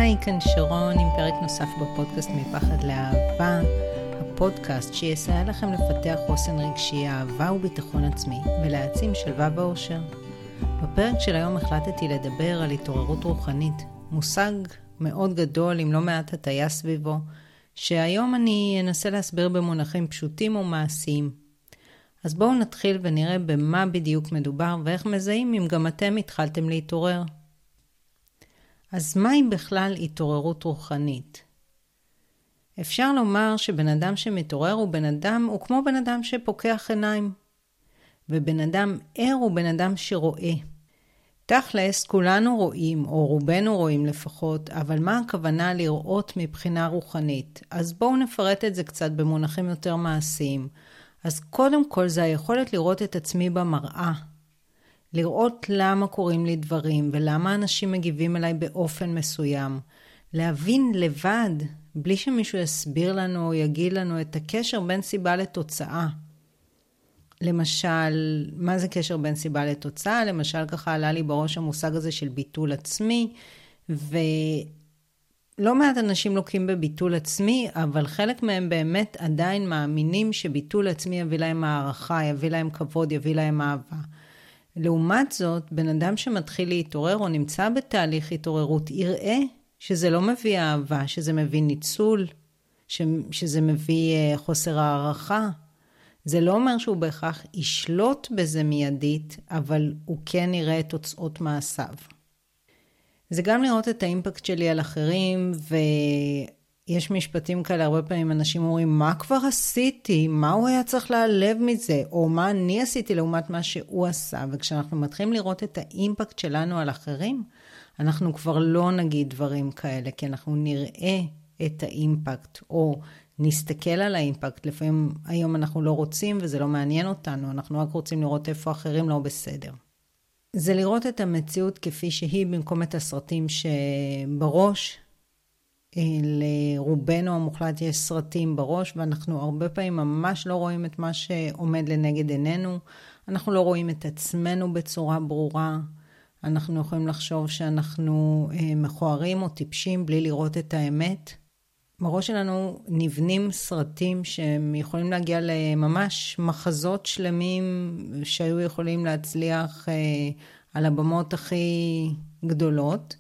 היי, כאן שרון עם פרק נוסף בפודקאסט מפחד לאהבה, הפודקאסט שיסייע לכם לפתח חוסן רגשי, אהבה וביטחון עצמי ולהעצים שלווה ואושר. בפרק של היום החלטתי לדבר על התעוררות רוחנית, מושג מאוד גדול עם לא מעט הטיה סביבו, שהיום אני אנסה להסביר במונחים פשוטים ומעשיים. אז בואו נתחיל ונראה במה בדיוק מדובר ואיך מזהים אם גם אתם התחלתם להתעורר. אז מהי בכלל התעוררות רוחנית? אפשר לומר שבן אדם שמתעורר הוא כמו בן אדם שפוקח עיניים. ובן אדם ער הוא בן אדם שרואה. תכלס כולנו רואים, או רובנו רואים לפחות, אבל מה הכוונה לראות מבחינה רוחנית? אז בואו נפרט את זה קצת במונחים יותר מעשיים. אז קודם כל זה היכולת לראות את עצמי במראה. לראות למה קורים לי דברים ולמה אנשים מגיבים אליי באופן מסוים. להבין לבד, בלי שמישהו יסביר לנו או יגיד לנו את הקשר בין סיבה לתוצאה. למשל, מה זה קשר בין סיבה לתוצאה? למשל, ככה עלה לי בראש המושג הזה של ביטול עצמי, ולא מעט אנשים לוקים בביטול עצמי, אבל חלק מהם באמת עדיין מאמינים שביטול עצמי יביא להם הערכה, יביא להם כבוד, יביא להם אהבה. לעומת זאת, בן אדם שמתחיל להתעורר או נמצא בתהליך התעוררות, יראה שזה לא מביא אהבה, שזה מביא ניצול, שזה מביא חוסר הערכה. זה לא אומר שהוא בהכרח ישלוט בזה מיידית, אבל הוא כן יראה את תוצאות מעשיו. זה גם לראות את האימפקט שלי על אחרים, ויש משפטים כאלה, הרבה פעמים אנשים אומרים, מה כבר עשיתי? מה הוא היה צריך להעלב מזה? או מה אני עשיתי לעומת מה שהוא עשה? וכשאנחנו מתחילים לראות את האימפקט שלנו על אחרים, אנחנו כבר לא נגיד דברים כאלה, כי אנחנו נראה את האימפקט, או נסתכל על האימפקט. לפעמים היום אנחנו לא רוצים וזה לא מעניין אותנו, אנחנו רק רוצים לראות איפה אחרים לא בסדר. זה לראות את המציאות כפי שהיא במקום את הסרטים שבראש. לרובנו המוחלט יש סרטים בראש, ואנחנו הרבה פעמים ממש לא רואים את מה שעומד לנגד עינינו. אנחנו לא רואים את עצמנו בצורה ברורה. אנחנו יכולים לחשוב שאנחנו מכוערים או טיפשים בלי לראות את האמת. בראש שלנו נבנים סרטים שהם יכולים להגיע לממש מחזות שלמים שהיו יכולים להצליח על הבמות הכי גדולות,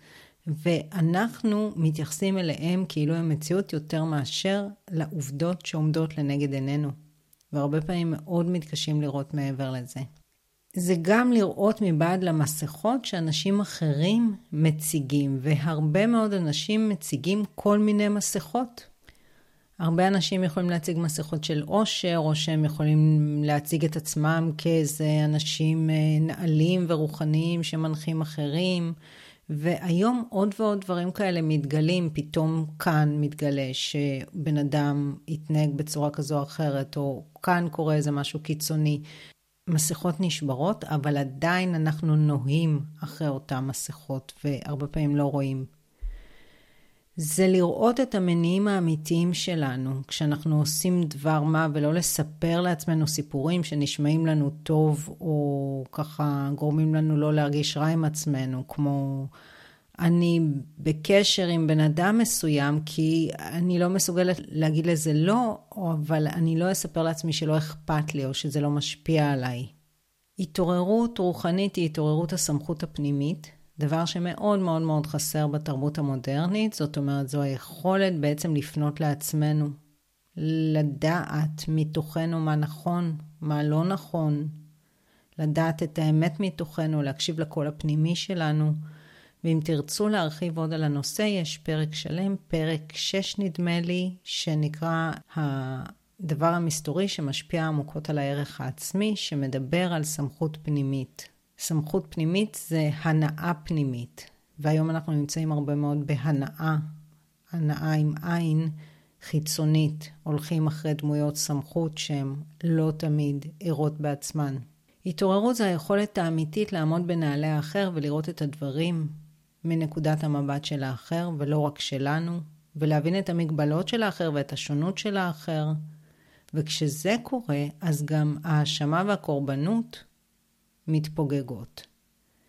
ואנחנו מתייחסים אליהם כאילו הם מציאות יותר מאשר לעובדות שעומדות לנגד עינינו. והרבה פעמים מאוד מתקשים לראות מעבר לזה. זה גם לראות מבעד למסכות שאנשים אחרים מציגים, והרבה מאוד אנשים מציגים כל מיני מסכות. הרבה אנשים יכולים להציג מסכות של אושר, או שהם יכולים להציג את עצמם כאיזה אנשים נעלים ורוחניים שמנחים אחרים, והיום עוד ועוד דברים כאלה מתגלים, פתאום כאן מתגלה שבן אדם יתנהג בצורה כזו או אחרת, או כאן קורה איזה משהו קיצוני. מסכות נשברות, אבל עדיין אנחנו נוהים אחרי אותם מסכות, והרבה פעמים לא רואים. זה לראות את המניעים האמיתיים שלנו, כשאנחנו עושים דבר מה, ולא לספר לעצמנו סיפורים שנשמעים לנו טוב, או ככה גורמים לנו לא להרגיש רע עם עצמנו, כמו אני בקשר עם בן אדם מסוים, כי אני לא מסוגלת להגיד לזה לא, אבל אני לא אספר לעצמי שלא אכפת לי, או שזה לא משפיע עליי. התעוררות רוחנית היא התעוררות הסמכות הפנימית, דבר שמאוד מאוד מאוד חסר בתרבות המודרנית, זאת אומרת, זו היכולת בעצם לפנות לעצמנו, לדעת מתוכנו מה נכון, מה לא נכון, לדעת את האמת מתוכנו, להקשיב לקול הפנימי שלנו, ואם תרצו להרחיב עוד על הנושא, יש פרק שלם, פרק 6 נדמה לי, שנקרא הדבר המסתורי שמשפיע עמוקות על הערך העצמי, שמדבר על סמכות פנימית. סמכות פנימית זה הנאה פנימית, והיום אנחנו נמצאים הרבה מאוד בהנאה, הנאה עם עין חיצונית, הולכים אחרי דמויות סמכות שהן לא תמיד ערות בעצמן. התעוררות זה היכולת האמיתית לעמוד בנעלי האחר ולראות את הדברים מנקודת המבט של האחר ולא רק שלנו, ולהבין את המגבלות של האחר ואת השונות של האחר. וכשזה קורה, אז גם האשמה והקורבנות מתפוגגות.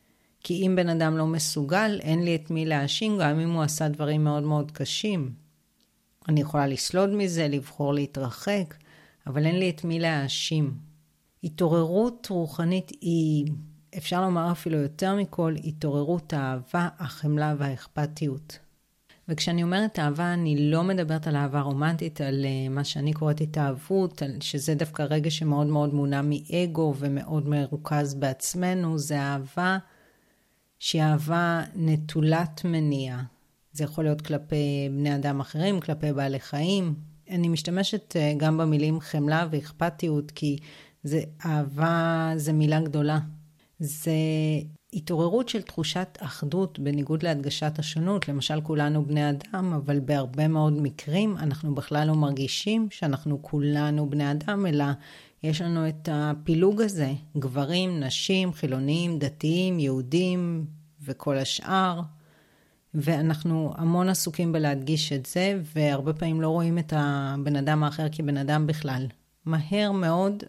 כי אם בן אדם לא מסוגל, אין לי את מי להאשים, גם אם הוא עשה דברים מאוד מאוד קשים. אני יכולה לסלוד מזה, לבחור להתרחק, אבל אין לי את מי להאשים. התעוררות רוחנית היא, אפשר לומר אפילו יותר מכל, התעוררות האהבה, החמלה והאכפתיות. וכשאני אומרת אהבה, אני לא מדברת על אהבה רומנטית, על מה שאני קוראת התאהבות, שזה דווקא רגע שמאוד מאוד מונע מאגו ומאוד מרוכז בעצמנו. זה אהבה שהיא אהבה נטולת מניע. זה יכול להיות כלפי בני אדם אחרים, כלפי בעלי חיים. אני משתמשת גם במילים חמלה ואכפתיות, כי זה אהבה, זה מילה גדולה. זה התעוררות של תחושת אחדות בניגוד להדגשת השונות. למשל, כולנו בני אדם, אבל בהרבה מאוד מקרים אנחנו בכלל לא מרגישים שאנחנו כולנו בני אדם, אלא יש לנו את הפילוג הזה, גברים, נשים, חילונים, דתיים, יהודים וכל השאר. ואנחנו המון עסוקים בלהדגיש את זה, והרבה פעמים לא רואים את הבן אדם האחר כבן אדם בכלל. מהר מאוד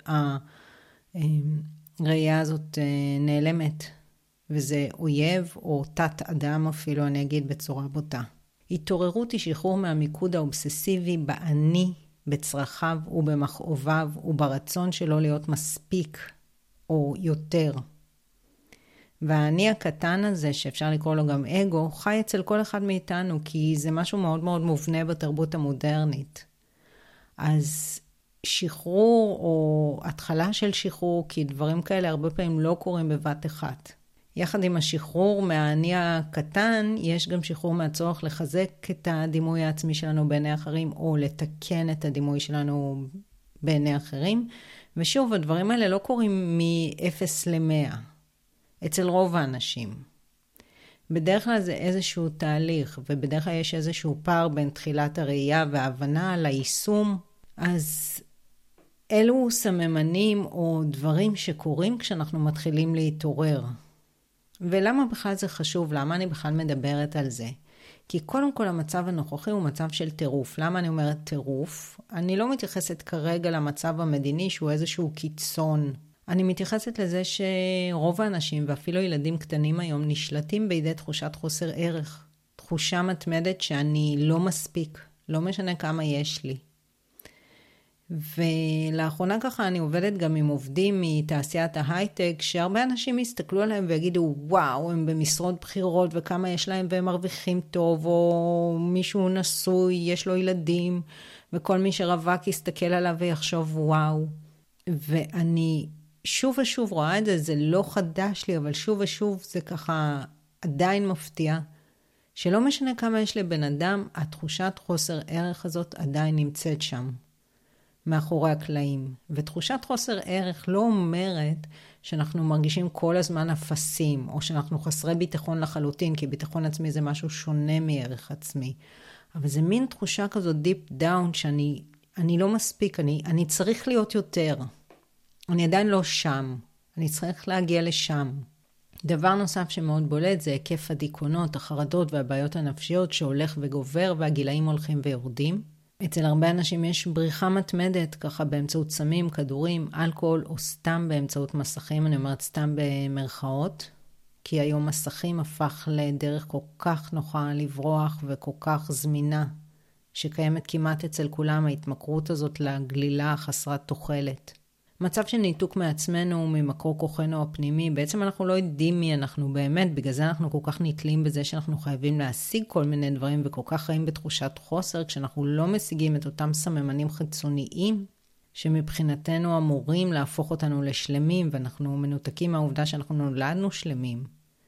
הראייה הזאת נעלמת, וזה אויב או תת אדם אפילו, אני אגיד בצורה בוטה. התעוררות היא שחרור מהמיקוד האובססיבי באני, בצרכיו ובמכאוביו וברצון שלו להיות מספיק או יותר. והאני הקטן הזה, שאפשר לקרוא לו גם אגו, חי אצל כל אחד מאיתנו, כי זה משהו מאוד מאוד מובנה בתרבות המודרנית. אז שחרור או התחלה של שחרור, כי דברים כאלה הרבה פעמים לא קורים בבת אחת. יחד עם השחרור מהאני הקטן, יש גם שחרור מהצורך לחזק את הדימוי העצמי שלנו בעיני אחרים, או לתקן את הדימוי שלנו בעיני אחרים. ושוב, הדברים האלה לא קורים מ-0 ל-100. אצל רוב האנשים. בדרך כלל זה איזשהו תהליך, ובדרך כלל יש איזשהו פער בין תחילת הראייה וההבנה ליישום. אז אלו סממנים או דברים שקורים כשאנחנו מתחילים להתעורר. ולמה בכלל זה חשוב? למה אני בכלל מדברת על זה? כי קודם כל המצב הנוכחי הוא מצב של טירוף. למה אני אומרת טירוף? אני לא מתייחסת כרגע למצב המדיני שהוא איזשהו קיצון. אני מתייחסת לזה שרוב האנשים ואפילו ילדים קטנים היום נשלטים בידי תחושת חוסר ערך. תחושה מתמדת שאני לא מספיק, לא משנה כמה יש לי. ולאחרונה ככה אני עובדת גם עם עובדים מתעשיית ההייטק, שהרבה אנשים יסתכלו עליהם ויגידו, וואו, הם במשרות בחירות וכמה יש להם והם מרוויחים טוב, או מישהו נשוי, יש לו ילדים, וכל מי שרווק יסתכל עליו ויחשוב, וואו. ואני שוב ושוב רואה את זה, זה לא חדש לי, אבל שוב ושוב זה ככה עדיין מפתיע, שלא משנה כמה יש לבן אדם, התחושת חוסר ערך הזאת עדיין נמצאת שם, מאחורי הקלעים. ותחושת חוסר ערך לא אומרת שאנחנו מרגישים כל הזמן אפסים, או שאנחנו חסרי ביטחון לחלוטין, כי ביטחון עצמי זה משהו שונה מערך עצמי. אבל זה מין תחושה כזאת דיפ דאון, שאני לא מספיק, אני צריך להיות יותר. אני עדיין לא שם, אני צריך להגיע לשם. דבר נוסף שמאוד בולט זה היקף הדיכאונות, החרדות והבעיות הנפשיות שהולך וגובר והגילאים הולכים ויורדים. אצל הרבה אנשים יש בריחה מתמדת, ככה באמצעות סמים, כדורים, אלכוהול או סתם באמצעות מסכים, אני אומרת סתם במרכאות, כי היום מסכים הפך לדרך כל כך נוחה לברוח וכל כך זמינה, שקיימת כמעט אצל כולם ההתמכרות הזאת לגלילה חסרת תוחלת. מצב של ניתוק מעצמנו ממקור כוחנו הפנימי, בעצם אנחנו לא יודעים מי אנחנו באמת, בגלל זה אנחנו כל כך נתלים בזה שאנחנו חייבים להשיג כל מיני דברים, וכל כך חיים בתחושת חוסר, כשאנחנו לא משיגים את אותם סממנים חיצוניים, שמבחינתנו אמורים להפוך אותנו לשלמים, ואנחנו מנותקים מהעובדה שאנחנו נולדנו שלמים,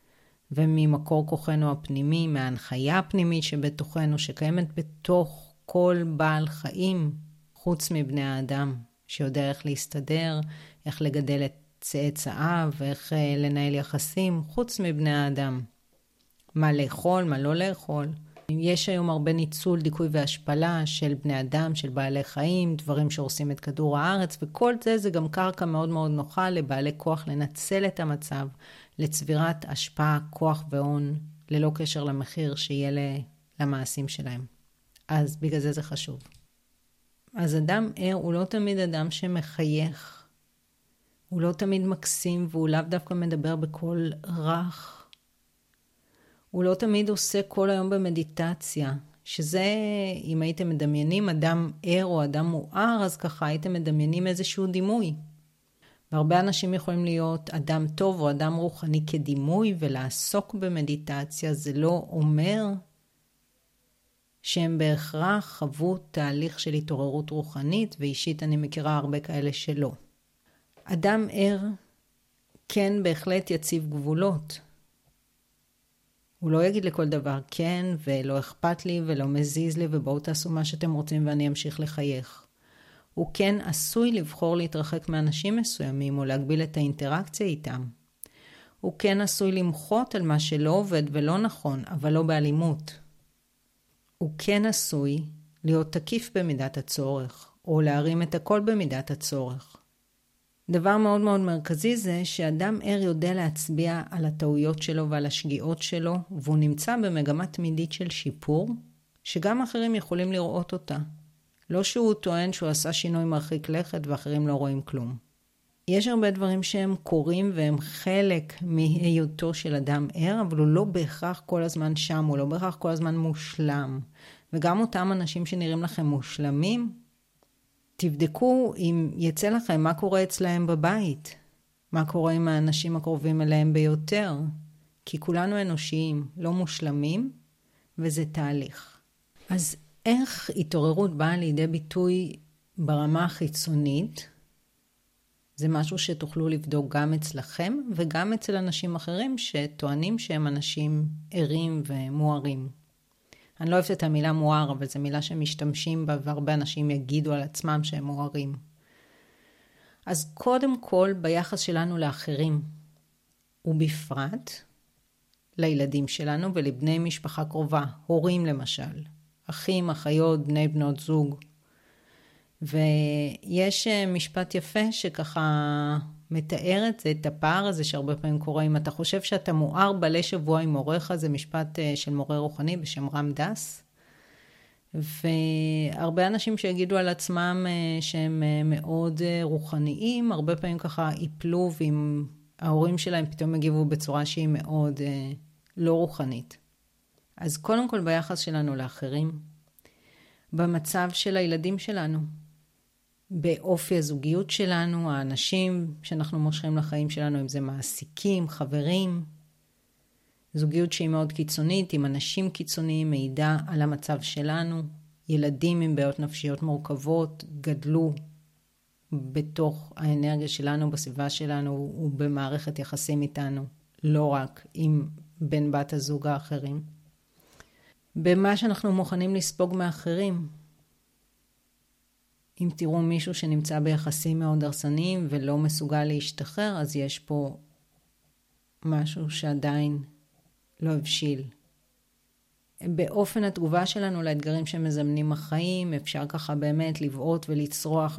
וממקור כוחנו הפנימי, מההנחיה הפנימית שבתוכנו, שקיימת בתוך כל בעל חיים, חוץ מבני האדם. שיודע איך להסתדר, איך לגדל את צאצאיו, ואיך לנהל יחסים, חוץ מבני האדם. מה לאכול, מה לא לאכול. יש היום הרבה ניצול, דיכוי והשפלה של בני אדם, של בעלי חיים, דברים שהורסים את כדור הארץ, וכל זה גם קרקע מאוד מאוד נוחה לבעלי כוח לנצל את המצב, לצבירת השפעה, כוח והון, ללא קשר למחיר שיהיה למעשים שלהם. אז בגלל זה חשוב. אז אדם ער הוא לא תמיד אדם שמחייך, הוא לא תמיד מקסים, והוא לאו דווקא מדבר בקול רך הוא לא תמיד עושה כל היום במדיטציה, שזה, אם הייתם מדמיינים אדם ער או אדם מואר, אז ככה הייתם מדמיינים איזשהו דימוי. והרבה אנשים יכולים להיות אדם טוב או אדם רוחני כדימוי, ולעסוק במדיטציה זה לא אומר שהם בהכרח חוו תהליך של התעוררות רוחנית, ואישית אני מכירה הרבה כאלה שלא. אדם ער כן בהחלט יציב גבולות. הוא לא יגיד לכל דבר כן, ולא אכפת לי ולא מזיז לי, ובואו תעשו מה שאתם רוצים ואני אמשיך לחייך. הוא כן עשוי לבחור להתרחק מאנשים מסוימים, או להגביל את האינטראקציה איתם. הוא כן עשוי למחות על מה שלא עובד ולא נכון, אבל לא באלימות. הוא כן עשוי להיות תקיף במידת הצורך, או להרים את הכל במידת הצורך. דבר מאוד מאוד מרכזי זה שאדם ער יודע להצביע על הטעויות שלו ועל השגיאות שלו, והוא נמצא במגמה תמידית של שיפור, שגם אחרים יכולים לראות אותה. לא שהוא טוען שהוא עשה שינוי מרחיק לכת ואחרים לא רואים כלום. יש הרבה דברים שהם קורים והם חלק מהיותו של אדם ער, אבל הוא לא בהכרח כל הזמן שם, הוא לא בהכרח כל הזמן מושלם. וגם אותם אנשים שנראים לכם מושלמים, תבדקו אם יצא לכם מה קורה אצלהם בבית. מה קורה עם האנשים הקרובים אליהם ביותר. כי כולנו אנושיים, לא מושלמים, וזה תהליך. אז איך התעוררות באה לידי ביטוי ברמה החיצונית? זה משהו שתוכלו לבדוק גם אצלכם וגם אצל אנשים אחרים שטוענים שהם אנשים ערים ומוארים. אני לא אוהבת את המילה מואר, אבל זו מילה שמשתמשים בה והרבה אנשים יגידו על עצמם שהם מוארים. אז קודם כל ביחס שלנו לאחרים, ובפרט לילדים שלנו ולבני משפחה קרובה, הורים למשל, אחים, אחיות, בני בנות זוג. ויש משפט יפה שככה מתאר את הפער הזה שהרבה פעמים קורה. אם אתה חושב שאתה מואר בלי שבוע עם מורך, זה משפט של מורה רוחני בשם רם דס. והרבה אנשים שיגידו על עצמם שהם מאוד רוחניים, הרבה פעמים ככה ייפלו, ואם ההורים שלהם פתאום יגיבו בצורה שהיא מאוד לא רוחנית. אז קודם כל ביחס שלנו לאחרים, במצב של הילדים שלנו, באופי הזוגיות שלנו, האנשים שאנחנו מושכים לחיים שלנו, אם זה מעסיקים, חברים, זוגיות שהיא מאוד קיצונית, עם אנשים קיצוניים, מעידה על המצב שלנו, ילדים עם בעיות נפשיות מורכבות, גדלו בתוך האנרגיה שלנו, בסביבה שלנו, ובמערכת יחסים איתנו, לא רק עם בן בת הזוג האחרים. במה שאנחנו מוכנים לספוג מאחרים, אם תראו מישהו שנמצא ביחסים מאוד הרסניים ולא מסוגל להשתחרר, אז יש פה משהו שעדיין לא הבשיל. באופן התגובה שלנו לאתגרים שמזמנים החיים, אפשר ככה באמת לבעוט ולצרוח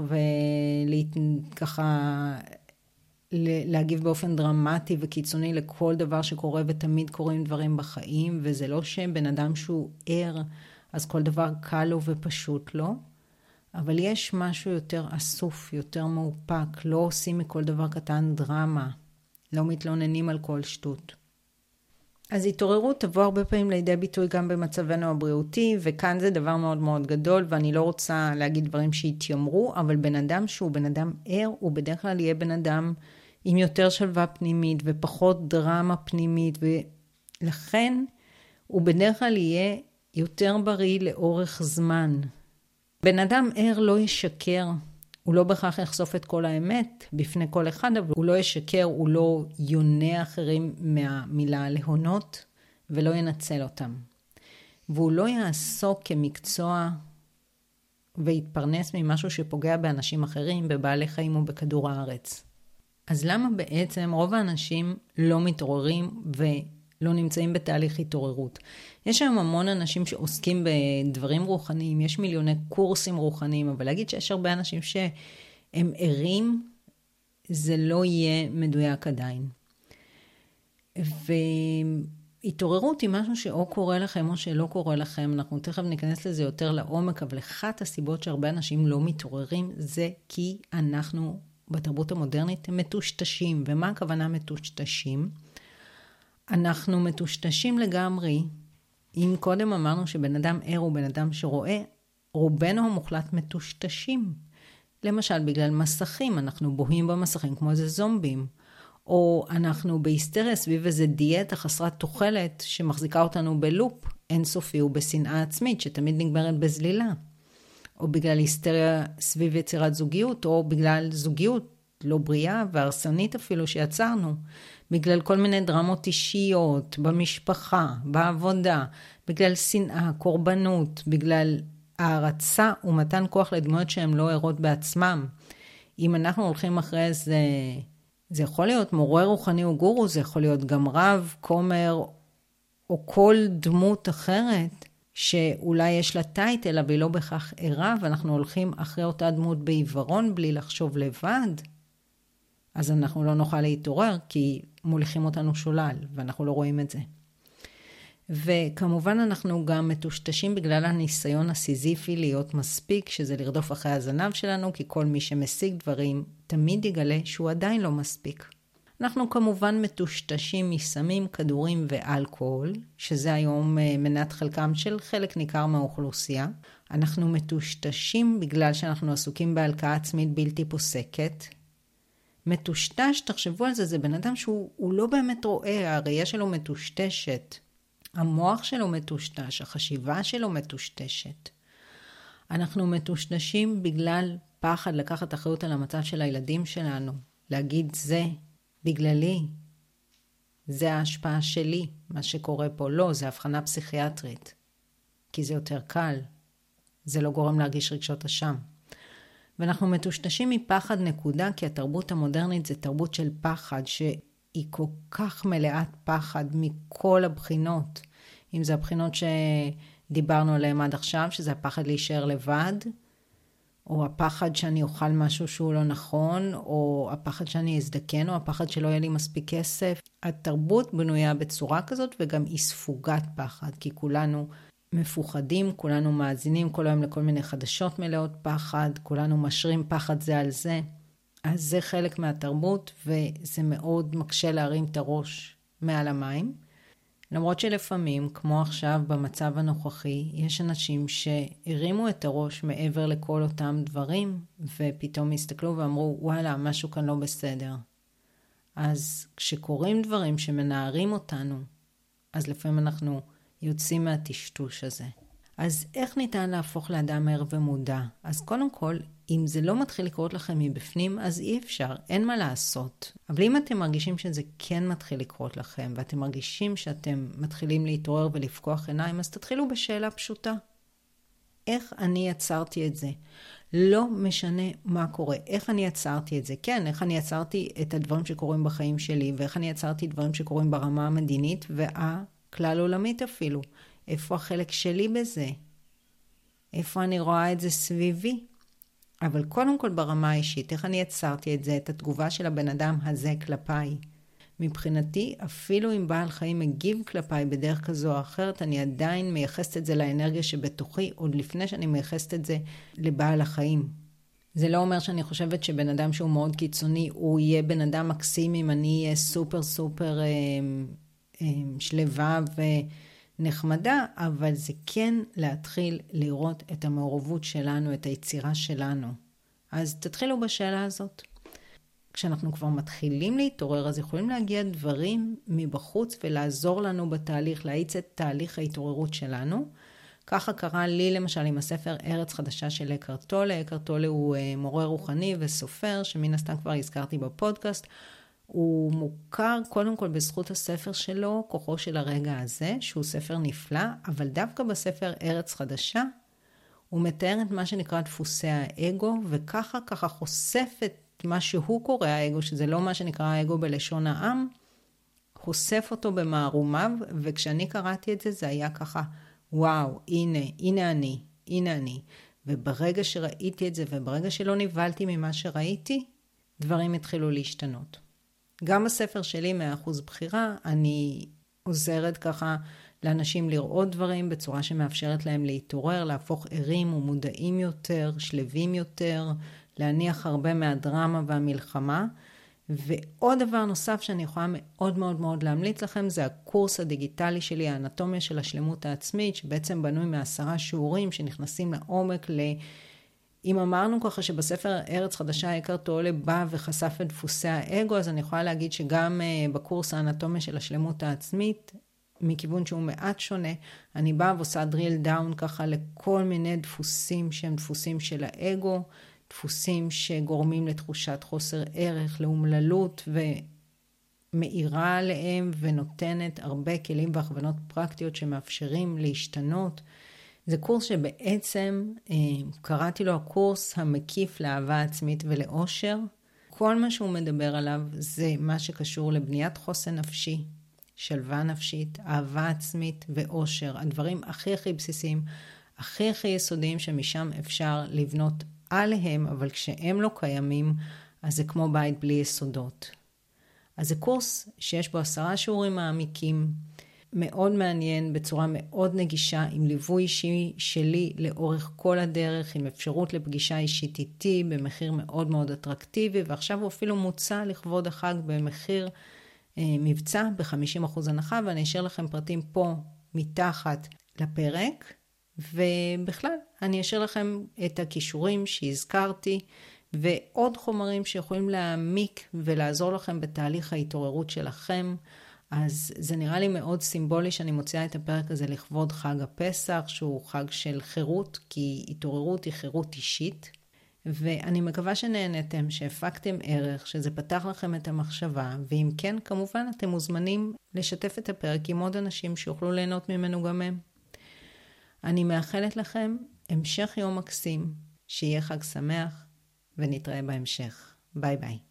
וככה להגיב באופן דרמטי וקיצוני לכל דבר שקורה, ותמיד קורים דברים בחיים, וזה לא שבן אדם שהוא ער, אז כל דבר קל לו ופשוט לו, אבל יש משהו יותר אסוף, יותר מאופק, לא עושים מכל דבר קטן דרמה, לא מתלוננים על כל שטות. אז התעוררות תבוא הרבה פעמים לידי ביטוי גם במצבנו הבריאותי, וכאן זה דבר מאוד מאוד גדול, ואני לא רוצה להגיד דברים שהתיימרו, אבל בן אדם שהוא בן אדם ער, הוא בדרך כלל יהיה בן אדם עם יותר שלווה פנימית ופחות דרמה פנימית, ולכן הוא בדרך כלל יהיה יותר בריא לאורך זמן. בן אדם ער לא ישקר, הוא לא בכך יחשוף את כל האמת בפני כל אחד, אבל הוא לא ישקר, הוא לא יונה אחרים מהמילה להונות, ולא ינצל אותם. והוא לא יעסוק כמקצוע ויתפרנס ממשהו שפוגע באנשים אחרים, בבעלי חיים ובכדור הארץ. אז למה בעצם רוב האנשים לא מתעוררים ולא נמצאים בתהליך התעוררות? יש היום המון אנשים שעוסקים בדברים רוחניים, יש מיליוני קורסים רוחניים, אבל להגיד שיש הרבה אנשים שהם ערים, זה לא יהיה מדויק עדיין. והתעוררות היא משהו שאו קורה לכם או שלא קורה לכם, אנחנו תכף ניכנס לזה יותר לעומק, אבל אחת הסיבות שהרבה אנשים לא מתעוררים, זה כי אנחנו בתרבות המודרנית מטושטשים. ומה הכוונה מטושטשים? אנחנו מטושטשים לגמרי. אם קודם אמרנו שבן אדם ער הוא בן אדם שרואה, רובנו המוחלט מטושטשים. למשל, בגלל מסכים, אנחנו בוהים במסכים כמו איזה זומבים. או אנחנו בהיסטריה סביב איזה דיאטה חסרת תוחלת שמחזיקה אותנו בלופ אינסופי ובשנאה עצמית שתמיד נגמרת בזלילה. או בגלל היסטריה סביב יצירת זוגיות, או בגלל זוגיות לא בריאה והרסנית אפילו שיצרנו. בגלל כל מיני דרמות אישיות, במשפחה, בעבודה, בגלל שנאה, קורבנות, בגלל הערצה ומתן כוח לדמויות שהן לא ערות בעצמם. אם אנחנו הולכים אחרי זה יכול להיות מורה רוחני או גורו, זה יכול להיות גם רב, כומר, או כל דמות אחרת, שאולי יש לה טייטל, אבל היא לא בכך ערה, ואנחנו הולכים אחרי אותה דמות בעיוורון, בלי לחשוב לבד, אז אנחנו לא נוכל להתעורר, כי מוליכים אותנו שולל, ואנחנו לא רואים את זה. וכמובן אנחנו גם מטושטשים בגלל הניסיון הסיזיפי להיות מספיק, שזה לרדוף אחרי הזנב שלנו, כי כל מי שמשיג דברים תמיד יגלה שהוא עדיין לא מספיק. אנחנו כמובן מטושטשים מסמים, כדורים ואלכוהול, שזה היום מנת חלקם של חלק ניכר מהאוכלוסייה. אנחנו מטושטשים בגלל שאנחנו עסוקים בהלקאה עצמית בלתי פוסקת. מטושטש, תחשבו על זה, זה בן אדם שהוא לא באמת רואה, הראייה שלו מטושטשת. המוח שלו מטושטש, החשיבה שלו מטושטשת. אנחנו מטושטשים בגלל פחד לקחת אחריות על המצב של הילדים שלנו. להגיד זה בגללי, זה ההשפעה שלי, מה שקורה פה. לא, זה הבחנה פסיכיאטרית. כי זה יותר קל. זה לא גורם להרגיש רגשות אשם. ואנחנו מטושטשים מפחד נקודה, כי התרבות המודרנית זה תרבות של פחד, היא כל כך מלאת פחד מכל הבחינות. אם זה הבחינות שדיברנו עליהן עד עכשיו, שזה הפחד להישאר לבד, או הפחד שאני אוכל משהו שהוא לא נכון, או הפחד שאני אזדקן, או הפחד שלא יהיה לי מספיק כסף. התרבות בנויה בצורה כזאת, וגם היא ספוגת פחד, כי כולנו מפוחדים, כולנו מאזינים כל היום לכל מיני חדשות מלאות פחד, כולנו משרים פחד זה על זה. אז זה חלק מהתרבות, וזה מאוד מקשה להרים את הראש מעל המים. למרות שלפעמים, כמו עכשיו במצב הנוכחי, יש אנשים שהרימו את הראש מעבר לכל אותם דברים, ופתאום הסתכלו ואמרו, וואלה, משהו כאן לא בסדר. אז כשקורים דברים שמנערים אותנו, אז לפעמים אנחנו יוצאים מהטשטוש הזה. אז איך ניתן להפוך לאדם ער ומודע? אז קודם כל, אם זה לא מתחיל לקרות לכם מבפנים, אז אי אפשר, אין מה לעשות. אבל אם אתם מרגישים שזה כן מתחיל לקרות לכם, ואתם מרגישים שאתם מתחילים להתעורר ולפקוח עיניים, אז תתחילו בשאלה פשוטה. איך אני יצרתי את זה? לא משנה מה קורה. איך אני יצרתי את זה? כן, איך אני יצרתי את הדברים שקורים בחיים שלי, ואיך אני יצרתי דברים שקורים ברמה המדינית, והכלל עולמית אפילו. איפה החלק שלי בזה? איפה אני רואה את זה סביבי? אבל קודם כל ברמה האישית, איך אני יצרתי את זה, את התגובה של הבן אדם הזה כלפיי? מבחינתי, אפילו אם בעל חיים מגיב כלפיי בדרך כזו או אחרת, אני עדיין מייחסת את זה לאנרגיה שבתוכי, עוד לפני שאני מייחסת את זה לבעל החיים. זה לא אומר שאני חושבת שבן אדם שהוא מאוד קיצוני, הוא יהיה בן אדם מקסים אם אני אהיה סופר שלווה נחמדה, אבל זה כן להתחיל לראות את המעורבות שלנו, את היצירה שלנו. אז תתחילו בשאלה הזאת. כשאנחנו כבר מתחילים להתעורר, אז יכולים להגיע דברים מבחוץ ולעזור לנו בתהליך, להאיץ את תהליך ההתעוררות שלנו. ככה קרה לי למשל עם הספר ארץ חדשה של אקהרט טולה. אקהרט טולה הוא מורה רוחני וסופר, שמן הסתם כבר הזכרתי בפודקאסט. הוא מוכר קודם כל בזכות הספר שלו, כוחו של הרגע הזה, שהוא ספר נפלא, אבל דווקא בספר ארץ חדשה, הוא מתאר את מה שנקרא דפוסי האגו, וככה חושף את מה שהוא קורא האגו, שזה לא מה שנקרא האגו בלשון העם, חושף אותו במערומיו, וכשאני קראתי את זה, זה היה ככה, וואו, הנה אני. וברגע שראיתי את זה, וברגע שלא נבלתי ממה שראיתי, דברים התחילו להשתנות. גם בספר שלי 100% בחירה, אני עוזרת ככה לאנשים לראות דברים בצורה שמאפשרת להם להתעורר, להפוך ערים ומודעים יותר, שלווים יותר, להניח הרבה מהדרמה והמלחמה, ועוד דבר נוסף שאני יכולה מאוד מאוד מאוד להמליץ לכם, זה הקורס הדיגיטלי שלי, האנטומיה של השלמות העצמית, שבעצם בנוי מ10 שיעורים שנכנסים לעומק אם אמרנו ככה שבספר ארץ חדשה אקהרט טולה בא וחשף את דפוסי האגו, אז אני יכולה להגיד שגם בקורס האנטומיה של השלמות העצמית, מכיוון שהוא מעט שונה, אני באה ועושה drill down ככה לכל מיני דפוסים שהם דפוסים של האגו, דפוסים שגורמים לתחושת חוסר ערך, לאומללות, ומאירה עליהם ונותנת הרבה כלים והכוונות פרקטיות שמאפשרים להשתנות. זה קורס שבעצם קראתי לו הקורס המקיף לאהבה עצמית ולאושר. כל מה שהוא מדבר עליו זה מה שקשור לבניית חוסן נפשי, שלווה נפשית, אהבה עצמית ואושר. הדברים הכי הכי בסיסיים, הכי הכי יסודיים שמשם אפשר לבנות עליהם, אבל כשהם לא קיימים, אז זה כמו בית בלי יסודות. אז זה קורס שיש בו 10 שיעורים מעמיקים, מאוד מעניין, בצורה מאוד נגישה, עם ליווי אישי שלי לאורך כל הדרך, עם אפשרות לפגישה אישית איתי, במחיר מאוד מאוד אטרקטיבי, ועכשיו הוא אפילו מוצע לכבוד החג במחיר מבצע ב-50% הנחה, ואני אשאר לכם פרטים פה מתחת לפרק, ובכלל אני אשאר לכם את הכישורים שהזכרתי, ועוד חומרים שיכולים להעמיק ולעזור לכם בתהליך ההתעוררות שלכם. אז זה נראה לי מאוד סימבולי שאני מוציאה את הפרק הזה לכבוד חג הפסח, שהוא חג של חירות, כי התעוררות היא חירות אישית. ואני מקווה שנהנתם, שהפקתם ערך, שזה פתח לכם את המחשבה, ואם כן, כמובן אתם מוזמנים לשתף את הפרק עם עוד אנשים שיוכלו ליהנות ממנו גם הם. אני מאחלת לכם המשך יום מקסים, שיהיה חג שמח, ונתראה בהמשך. ביי ביי.